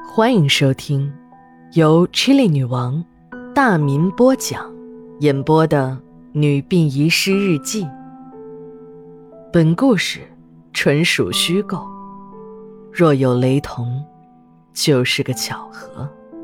欢迎收听由 Chili 女王大民播讲演播的女病遗失日记。本故事纯属虚构，若有雷同，就是个巧合。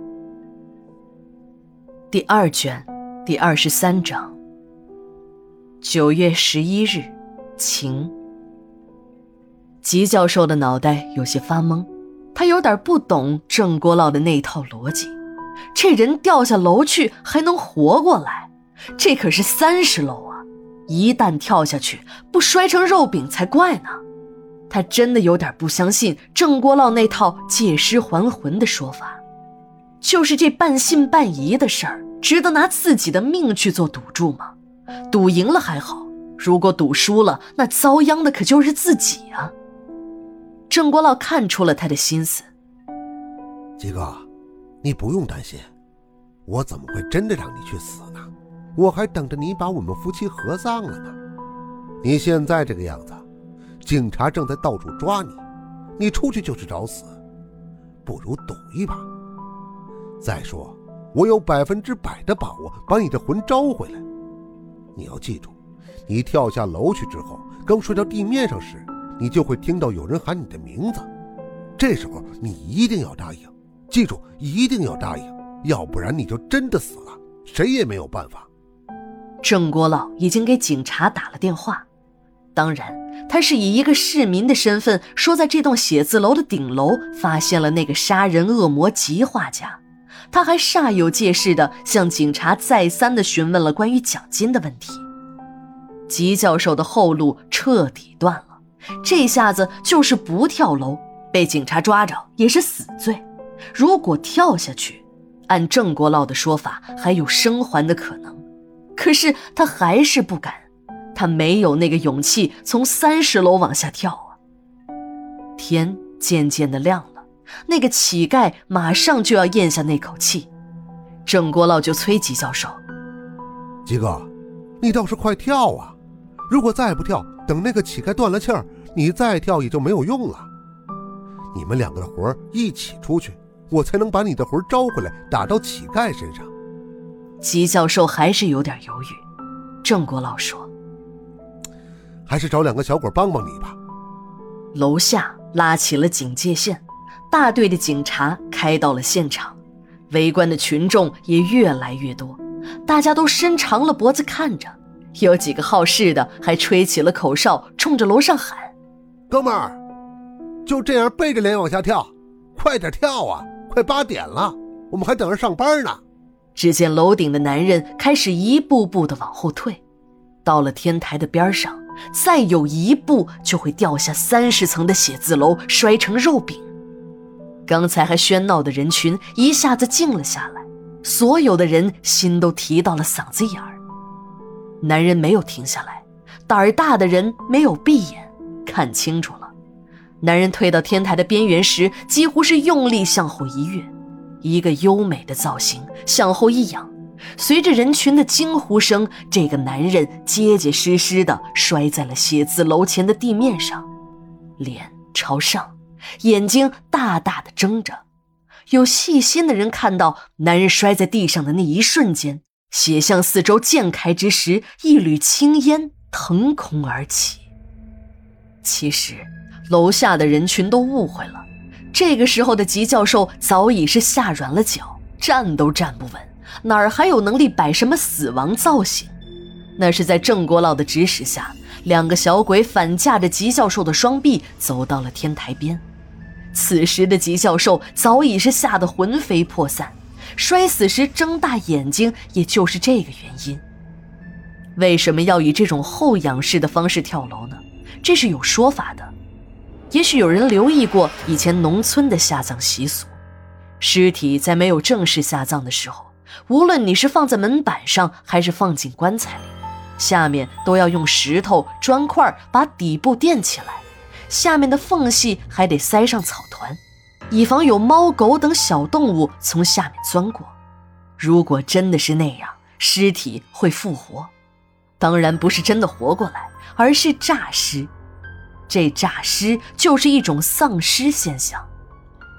第二卷第23章。9月11日，晴。吉教授的脑袋有些发懵，他有点不懂郑国老的那套逻辑。这人掉下楼去还能活过来，这可是30楼啊，一旦跳下去不摔成肉饼才怪呢。他真的有点不相信郑国老那套借尸还魂的说法。就是这半信半疑的事儿，值得拿自己的命去做赌注吗？赌赢了还好，如果赌输了，那遭殃的可就是自己啊。郑国老看出了他的心思。 吉哥，你不用担心，我怎么会真的让你去死呢？我还等着你把我们夫妻合葬了呢。你现在这个样子，警察正在到处抓你，你出去就是找死，不如赌一把。再说，我有100%的把握把你的魂招回来。你要记住，你跳下楼去之后，刚摔到地面上时，你就会听到有人喊你的名字，这时候你一定要答应，记住一定要答应，要不然你就真的死了，谁也没有办法。 郑国老已经给警察打了电话，当然他是以一个市民的身份说在这栋写字楼的顶楼发现了那个杀人恶魔吉画家。他还煞有介事地向警察再三地询问了关于奖金的问题。吉教授的后路彻底断了，这下子就是不跳楼，被警察抓着也是死罪。如果跳下去，按郑国老的说法还有生还的可能，可是他还是不敢，他没有那个勇气从30楼往下跳啊。天渐渐地亮了，那个乞丐马上就要咽下那口气。郑国老就催吉教授： 吉哥，你倒是快跳啊，如果再不跳，等那个乞丐断了气儿，你再跳也就没有用了。你们两个的魂一起出去，我才能把你的魂招回来，打到乞丐身上。 吉教授还是有点犹豫。郑国老说： 还是找2个小鬼帮帮你吧。 楼下拉起了警戒线，大队的警察开到了现场，围观的群众也越来越多，大家都伸长了脖子看着，有几个好事的还吹起了口哨，冲着楼上喊： 哥们儿，就这样背着脸往下跳，快点跳啊，快8点了，我们还等着上班呢。 只见楼顶的男人开始一步步地往后退，到了天台的边上，再有一步就会掉下30层的写字楼，摔成肉饼。刚才还喧闹的人群一下子静了下来，所有的人心都提到了嗓子眼儿。男人没有停下来，胆儿大的人没有闭眼，看清楚了。男人退到天台的边缘时，几乎是用力向后一跃，一个优美的造型向后一仰，随着人群的惊呼声，这个男人结结实实地摔在了写字楼前的地面上，脸朝上，眼睛大大的睁着。有细心的人看到男人摔在地上的那一瞬间，血向四周溅开之时，一缕青烟腾空而起。其实楼下的人群都误会了，这个时候的吉教授早已是吓软了脚，站都站不稳，哪儿还有能力摆什么死亡造型？那是在郑国老的指使下，2个小鬼反架着吉教授的双臂走到了天台边。此时的吉教授早已是吓得魂飞魄散，摔死时睁大眼睛也就是这个原因。为什么要以这种后仰式的方式跳楼呢？这是有说法的。也许有人留意过以前农村的下葬习俗，尸体在没有正式下葬的时候，无论你是放在门板上还是放进棺材里，下面都要用石头砖块把底部垫起来，下面的缝隙还得塞上草团，以防有猫狗等小动物从下面钻过。如果真的是那样，尸体会复活，当然不是真的活过来，而是诈尸。这诈尸就是一种丧尸现象。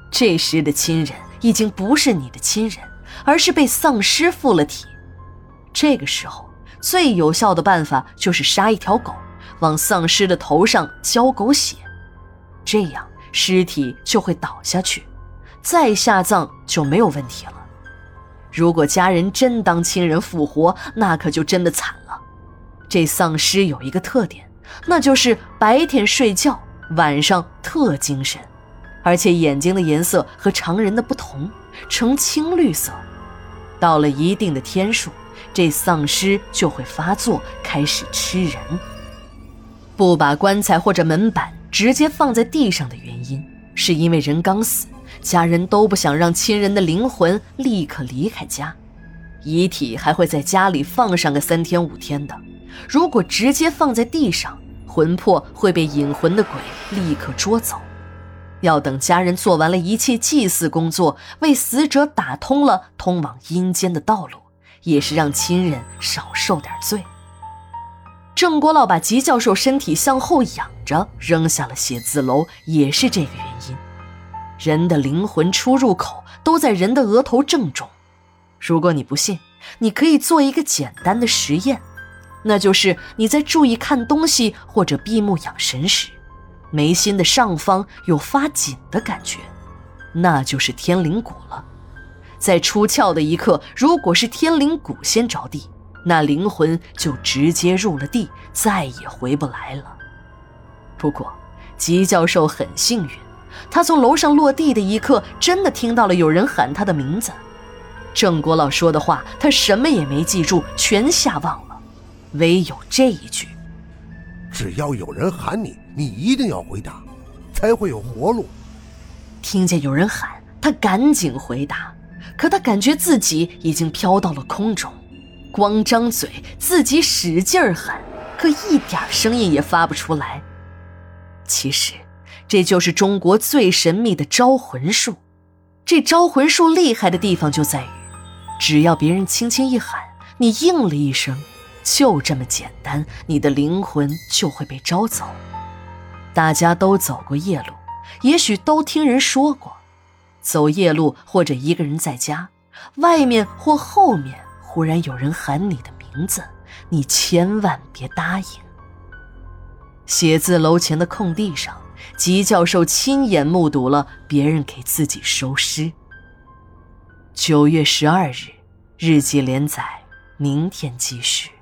这时的亲人已经不是你的亲人，而是被丧尸附了体。这个时候最有效的办法就是杀一条狗，往丧尸的头上浇狗血，这样尸体就会倒下去，再下葬就没有问题了。如果家人真当亲人复活，那可就真的惨了。这丧尸有一个特点，那就是白天睡觉，晚上特精神，而且眼睛的颜色和常人的不同，呈青绿色。到了一定的天数，这丧尸就会发作，开始吃人。不把棺材或者门板直接放在地上的原因，是因为人刚死，家人都不想让亲人的灵魂立刻离开家，遗体还会在家里放上个3天5天的。如果直接放在地上，魂魄会被引魂的鬼立刻捉走。要等家人做完了一切祭祀工作，为死者打通了通往阴间的道路，也是让亲人少受点罪。郑国老把吉教授身体向后仰着扔下了写字楼，也是这个原因。人的灵魂出入口都在人的额头正中。如果你不信，你可以做一个简单的实验，那就是你在注意看东西或者闭目养神时，眉心的上方有发紧的感觉，那就是天灵骨了。在出窍的一刻，如果是天灵骨先着地，那灵魂就直接入了地，再也回不来了。不过吉教授很幸运，他从楼上落地的一刻，真的听到了有人喊他的名字。郑国老说的话他什么也没记住，全吓忘了，唯有这一句： 只要有人喊你，你一定要回答，才会有活路。 听见有人喊，他赶紧回答，可他感觉自己已经飘到了空中，光张嘴自己使劲喊，可一点声音也发不出来。其实这就是中国最神秘的招魂术。这招魂术厉害的地方就在于，只要别人轻轻一喊，你应了一声，就这么简单，你的灵魂就会被招走。大家都走过夜路，也许都听人说过，走夜路或者一个人在家，外面或后面忽然有人喊你的名字，你千万别答应。写字楼前的空地上，吉教授亲眼目睹了别人给自己收尸。9月12日，日记连载，明天继续。